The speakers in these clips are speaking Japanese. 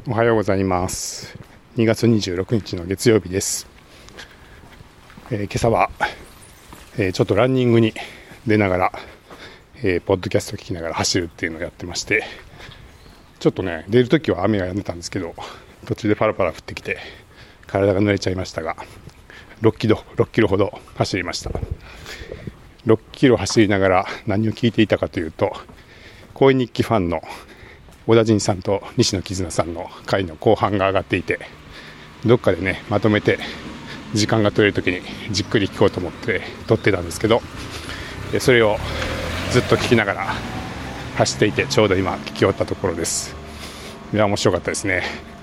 おはようございます。2月26日の月曜日です。今朝は、ちょっとランニングに出ながら、ポッドキャストを聞きながら走るっていうのをやってまして、ちょっとね出るときは雨が止んでたんですけど、途中でパラパラ降ってきて体が濡れちゃいましたが、6キロほど走りました。6キロ走りながら何を聞いていたかというと、公園日記ファンの小田陣さんと西野絆さんの回の後半が上がっていて、どっかでねまとめて時間が取れるときにじっくり聞こうと思って撮ってたんですけど、それをずっと聞きながら走っていて、ちょうど今聞き終わったところです。いや面白かったですね。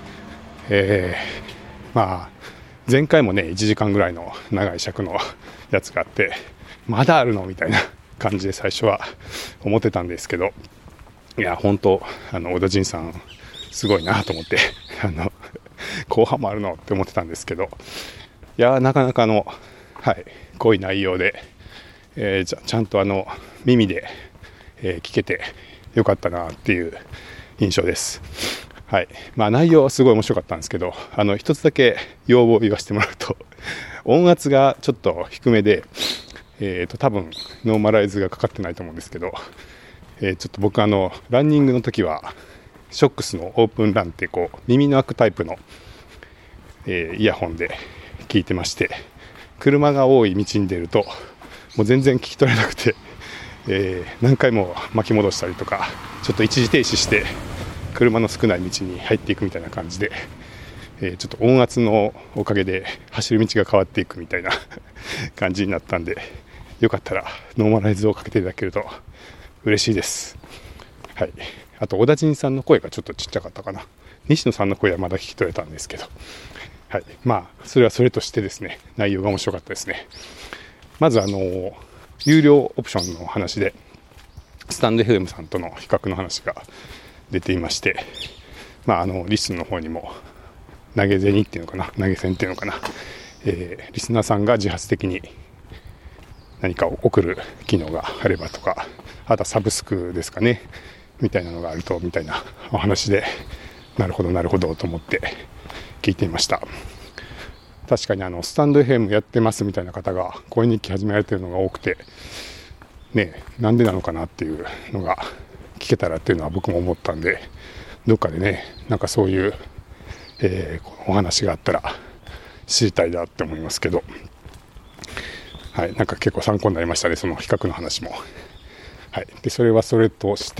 前回もね1時間ぐらいの長い尺のやつがあって、まだあるのみたいな感じで最初は思ってたんですけど、いや本当小田陣さんすごいなと思って後半もあるのって思ってたんですけど、いやなかなか濃い内容で、ちゃんと耳で、聞けてよかったなっていう印象です。内容はすごい面白かったんですけど、一つだけ要望を言わせてもらうと、音圧がちょっと低めで、多分ノーマライズがかかってないと思うんですけど、ちょっと僕ランニングの時はショックスのオープンランって耳の開くタイプの、イヤホンで聞いてまして、車が多い道に出るともう全然聞き取れなくて、何回も巻き戻したりとか、ちょっと一時停止して車の少ない道に入っていくみたいな感じで、ちょっと音圧のおかげで走る道が変わっていくみたいな感じになったんで、よかったらノーマライズをかけていただけると嬉しいです。あと小田陣さんの声がちょっとちっちゃかったかな。西野さんの声はまだ聞き取れたんですけど、それはそれとしてですね、内容が面白かったですね。まず有料オプションの話でスタンド FM さんとの比較の話が出ていまして、リスンの方にも投げ銭っていうのかな、投げ銭っていうのかな、リスナーさんが自発的に何かを送る機能があればとか、あとはサブスクですかねみたいなのがあるとみたいなお話で、なるほどと思って聞いていました。確かにスタンド FM やってますみたいな方が公演日記始められているのが多くてね、なんでなのかなっていうのが聞けたらっていうのは僕も思ったんで、どっかでねなんかそういう、お話があったら知りたいなって思いますけど、なんか結構参考になりましたね、その比較の話も。でそれはそれとして、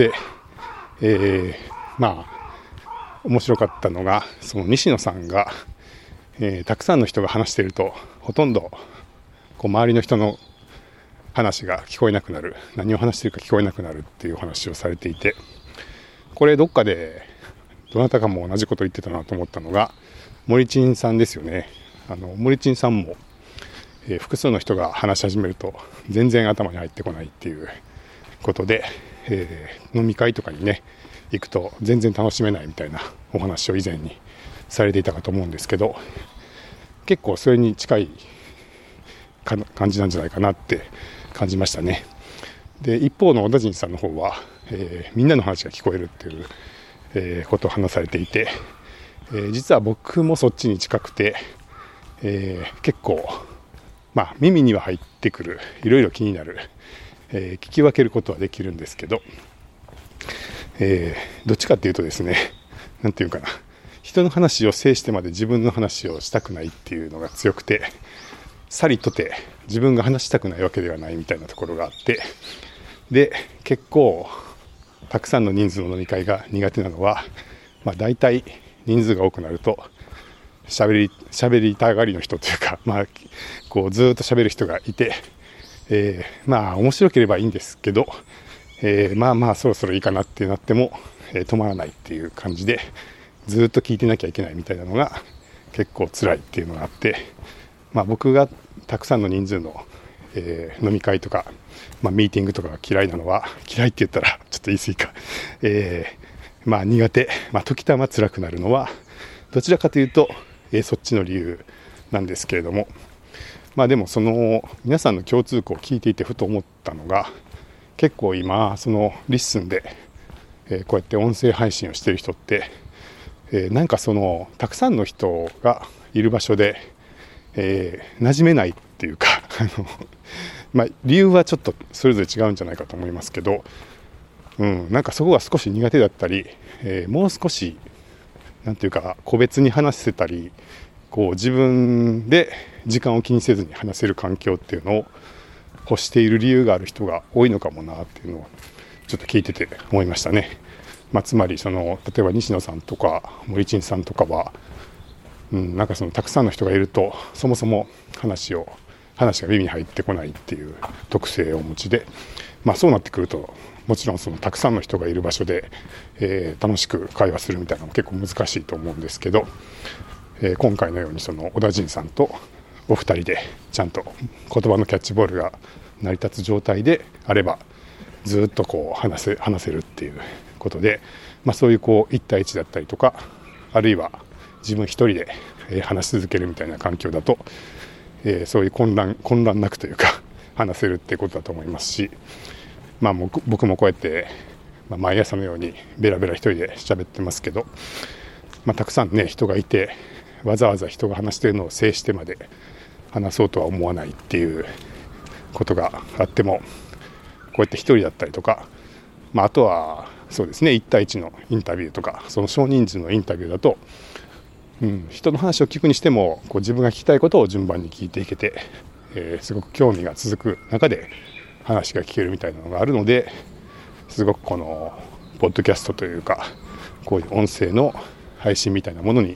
面白かったのが、その西野さんが、たくさんの人が話しているとほとんど周りの人の話が聞こえなくなる、何を話しているか聞こえなくなるっていう話をされていて、これどっかでどなたかも同じこと言ってたなと思ったのが森珍さんですよね。森珍さんも、複数の人が話し始めると全然頭に入ってこないっていうことで、飲み会とかにね行くと全然楽しめないみたいなお話を以前にされていたかと思うんですけど、結構それに近い感じなんじゃないかなって感じましたね。で一方の小田陣さんの方は、みんなの話が聞こえるっていう、ことを話されていて、実は僕もそっちに近くて、結構耳には入ってくる、いろいろ気になる、聞き分けることはできるんですけど、どっちかっていうとですね、なんていうかな、人の話を制してまで自分の話をしたくないっていうのが強くて、さりとて自分が話したくないわけではないみたいなところがあって、で結構たくさんの人数の飲み会が苦手なのは、大体人数が多くなると喋りたがりの人というか、ずっと喋る人がいて、面白ければいいんですけど、そろそろいいかなってなっても、止まらないっていう感じでずっと聞いてなきゃいけないみたいなのが結構辛いっていうのがあって、僕がたくさんの人数の、飲み会とか、ミーティングとかが嫌いなのは、嫌いって言ったらちょっと言い過ぎか、苦手、時たま辛くなるのはどちらかというと、そっちの理由なんですけれども、でもその皆さんの共通項を聞いていてふと思ったのが、結構今そのリッスンで、こうやって音声配信をしている人って、 なんかそのたくさんの人がいる場所で、馴染めないっていうか理由はちょっとそれぞれ違うんじゃないかと思いますけど、なんかそこが少し苦手だったり、もう少しなんていうか個別に話せたり、こう自分で時間を気にせずに話せる環境っていうのを欲している理由がある人が多いのかもなっていうのをちょっと聞いてて思いましたね。つまり例えば西野さんとか森珍さんとかは、なんかたくさんの人がいるとそもそも話が耳に入ってこないっていう特性をお持ちで、そうなってくるともちろんたくさんの人がいる場所で、楽しく会話するみたいなのも結構難しいと思うんですけど、今回のように小田陣さんとお二人でちゃんと言葉のキャッチボールが成り立つ状態であればずっとこう話せるっていうことで、そういう1対1だったりとか、あるいは自分一人で話し続けるみたいな環境だと、そういう混乱なくというか話せるってことだと思いますし、僕もこうやって、毎朝のようにベラベラ一人で喋ってますけど、たくさんね人がいてわざわざ人が話しているのを制してまで話そうとは思わないっていうことがあっても、こうやって一人だったりとか、あとはそうですね1対1のインタビューとか、その少人数のインタビューだと、人の話を聞くにしても自分が聞きたいことを順番に聞いていけて、すごく興味が続く中で話が聞けるみたいなのがあるので、すごくこのポッドキャストというかこういう音声の配信みたいなものに、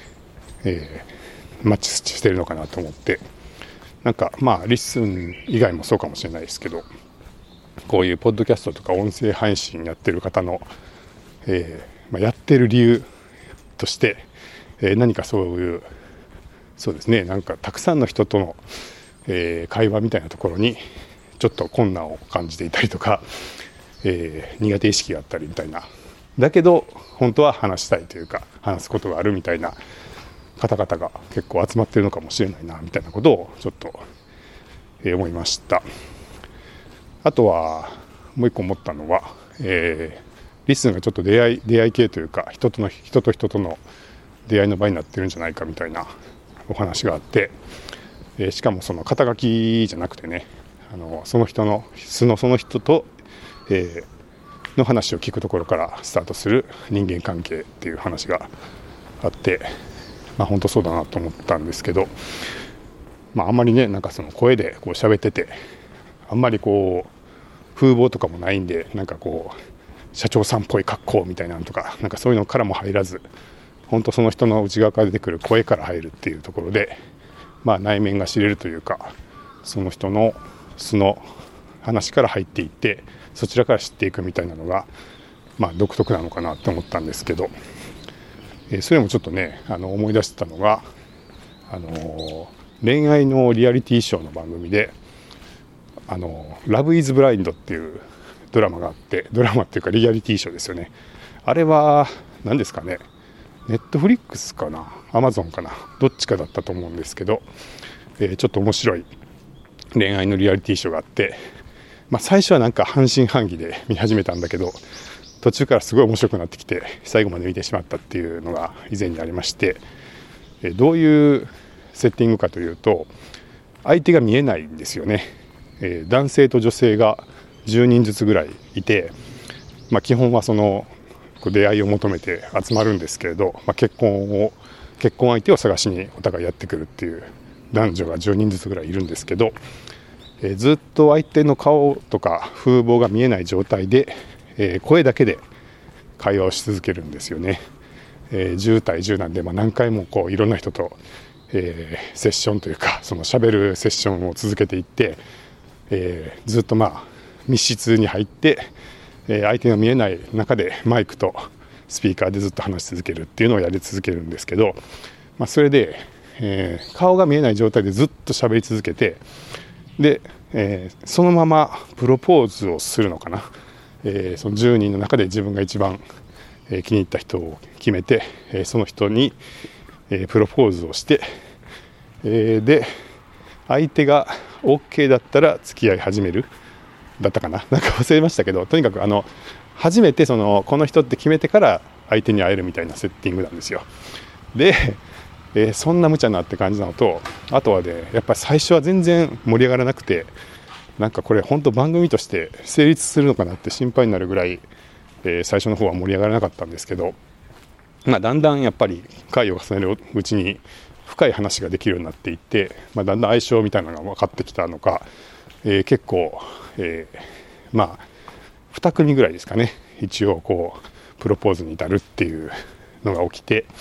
マッチしてるのかなと思って、なんかリッスン以外もそうかもしれないですけど、こういうポッドキャストとか音声配信やってる方の、やってる理由として、何かそうですね、なんかたくさんの人との、会話みたいなところにちょっと困難を感じていたりとか、苦手意識があったりみたいな、だけど本当は話したいというか話すことがあるみたいな方々が結構集まってるのかもしれないなみたいなことをちょっと、思いました。あとはもう一個思ったのは、リッスンがちょっと出会い系というか人と人との出会いの場になってるんじゃないかみたいなお話があって、しかもその肩書きじゃなくてね、その人のその人と、の話を聞くところからスタートする人間関係っていう話があって、本当そうだなと思ったんですけど、あんまりねなんかその声でこう喋っててあんまりこう風貌とかもないんで、なんかこう社長さんっぽい格好みたいなのとか、なんかそういうのからも入らず、本当その人の内側から出てくる声から入るっていうところで、内面が知れるというか、その人の素の話から入っていってそちらから知っていくみたいなのが、独特なのかなと思ったんですけど、それもちょっとね思い出したのが、恋愛のリアリティショーの番組でラブイズブラインドっていうドラマがあって、ドラマっていうかリアリティショーですよね。あれは何ですかね、ネットフリックスかなアマゾンかな、どっちかだったと思うんですけど、ちょっと面白い恋愛のリアリティショーがあって、最初はなんか半信半疑で見始めたんだけど、途中からすごい面白くなってきて最後まで見てしまったっていうのが以前にありまして、どういうセッティングかというと、相手が見えないんですよね。男性と女性が10人ずつぐらいいて、基本はその出会いを求めて集まるんですけれど、結婚相手を探しにお互いやってくるっていう男女が10人ずつぐらいいるんですけど、ずっと相手の顔とか風貌が見えない状態で、声だけで会話をし続けるんですよね。10対10なんで、何回もこういろんな人と、セッションというかその喋るセッションを続けていって、ずっと密室に入って、相手が見えない中でマイクとスピーカーでずっと話し続けるっていうのをやり続けるんですけど、それで、顔が見えない状態でずっと喋り続けて、で、そのままプロポーズをするのかな、その10人の中で自分が一番、気に入った人を決めて、その人に、プロポーズをして、で相手が OK だったら付き合い始めるだったかな、なんか忘れましたけど、とにかく初めてこの人って決めてから相手に会えるみたいなセッティングなんですよ。で、そんな無茶なって感じなのと、あとはねやっぱり最初は全然盛り上がらなくて、なんかこれ本当番組として成立するのかなって心配になるぐらい、最初の方は盛り上がらなかったんですけど、だんだんやっぱり回を重ねるうちに深い話ができるようになっていって、だんだん相性みたいなのが分かってきたのか、結構、2組ぐらいですかね、一応こうプロポーズに至るっていうのが起きて、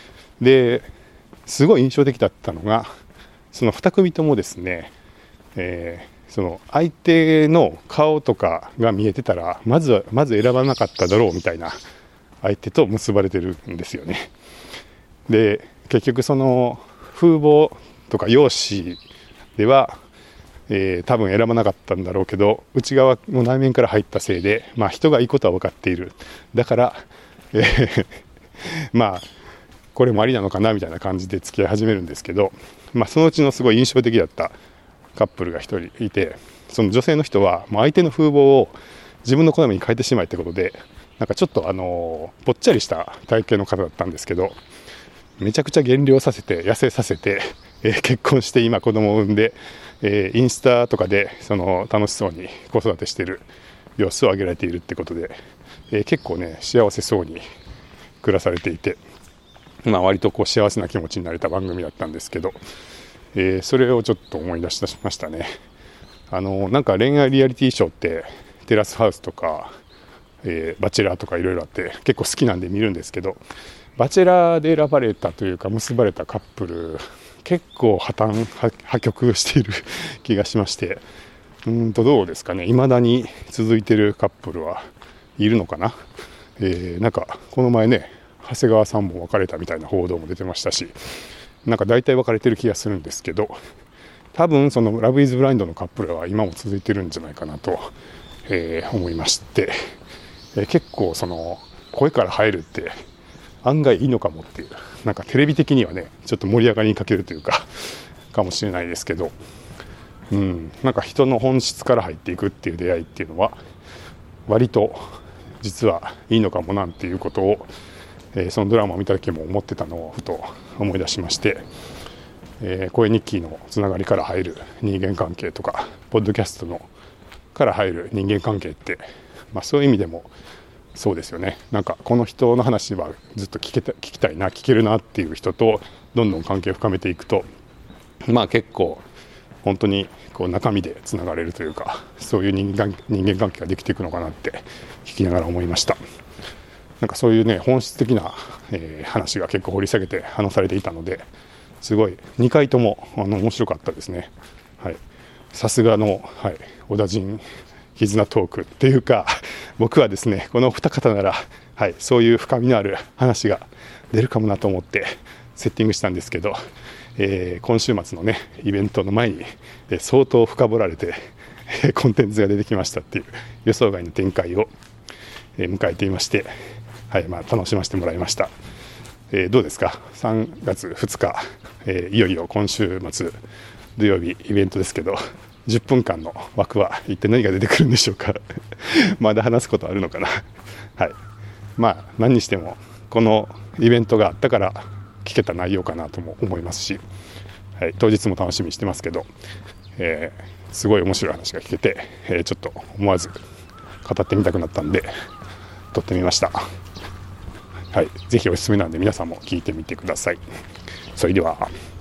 ですごい印象的だったのが、その2組ともですね、その相手の顔とかが見えてたらまず選ばなかっただろうみたいな相手と結ばれてるんですよね。で結局その風貌とか容姿では、多分選ばなかったんだろうけど、内側の内面から入ったせいで、人がいいことは分かっている、だから、これもありなのかなみたいな感じで付き合い始めるんですけど、そのうちのすごい印象的だったカップルが一人いて、その女性の人はもう相手の風貌を自分の好みに変えてしまいってことで、なんかちょっとぽっちゃりした体型の方だったんですけど、めちゃくちゃ減量させて痩せさせて、結婚して今子供を産んで、インスタとかでその楽しそうに子育てしている様子を上げられているってことで、結構ね幸せそうに暮らされていて、割とこう幸せな気持ちになれた番組だったんですけど、それをちょっと思い出しましたね。なんか恋愛リアリティショーってテラスハウスとか、バチェラーとかいろいろあって結構好きなんで見るんですけど、バチェラーで選ばれたというか結ばれたカップル結構破局している気がしまして、どうですかね、未だに続いているカップルはいるのかな。なんかこの前ね長谷川さんも別れたみたいな報道も出てましたし、なんか大体別れてる気がするんですけど、多分そのラブイズブラインドのカップルは今も続いてるんじゃないかなと、思いまして、結構その声から入るって案外いいのかもっていう、なんかテレビ的にはねちょっと盛り上がりに欠けるというかもしれないですけど、なんか人の本質から入っていくっていう出会いっていうのは割と実はいいのかもなんていうことを、そのドラマを見た時も思ってたのをふと思い出しまして、声日記のつながりから入る人間関係とかポッドキャストのから入る人間関係って、そういう意味でもそうですよね。なんかこの人の話はずっと聞きたいな、聞けるなっていう人とどんどん関係を深めていくと、結構本当にこう中身でつながれるというか、そういう人間関係ができていくのかなって聞きながら思いました。なんかそういうね本質的な、話が結構掘り下げて話されていたので、すごい2回とも面白かったですね。はい、さすがの、小田陣絆トークっていうか、僕はですねこの2方なら、そういう深みのある話が出るかもなと思ってセッティングしたんですけど、今週末のねイベントの前に、相当深掘られてコンテンツが出てきましたっていう予想外の展開を、迎えていまして、楽しませてもらいました。どうですか、3月2日、いよいよ今週末土曜日イベントですけど、10分間の枠は一体何が出てくるんでしょうかまだ話すことあるのかな何にしてもこのイベントがあったから聞けた内容かなとも思いますし、当日も楽しみにしてますけど、すごい面白い話が聞けて、ちょっと思わず語ってみたくなったんで撮ってみました。ぜひおすすめなんで皆さんも聞いてみてください。それでは。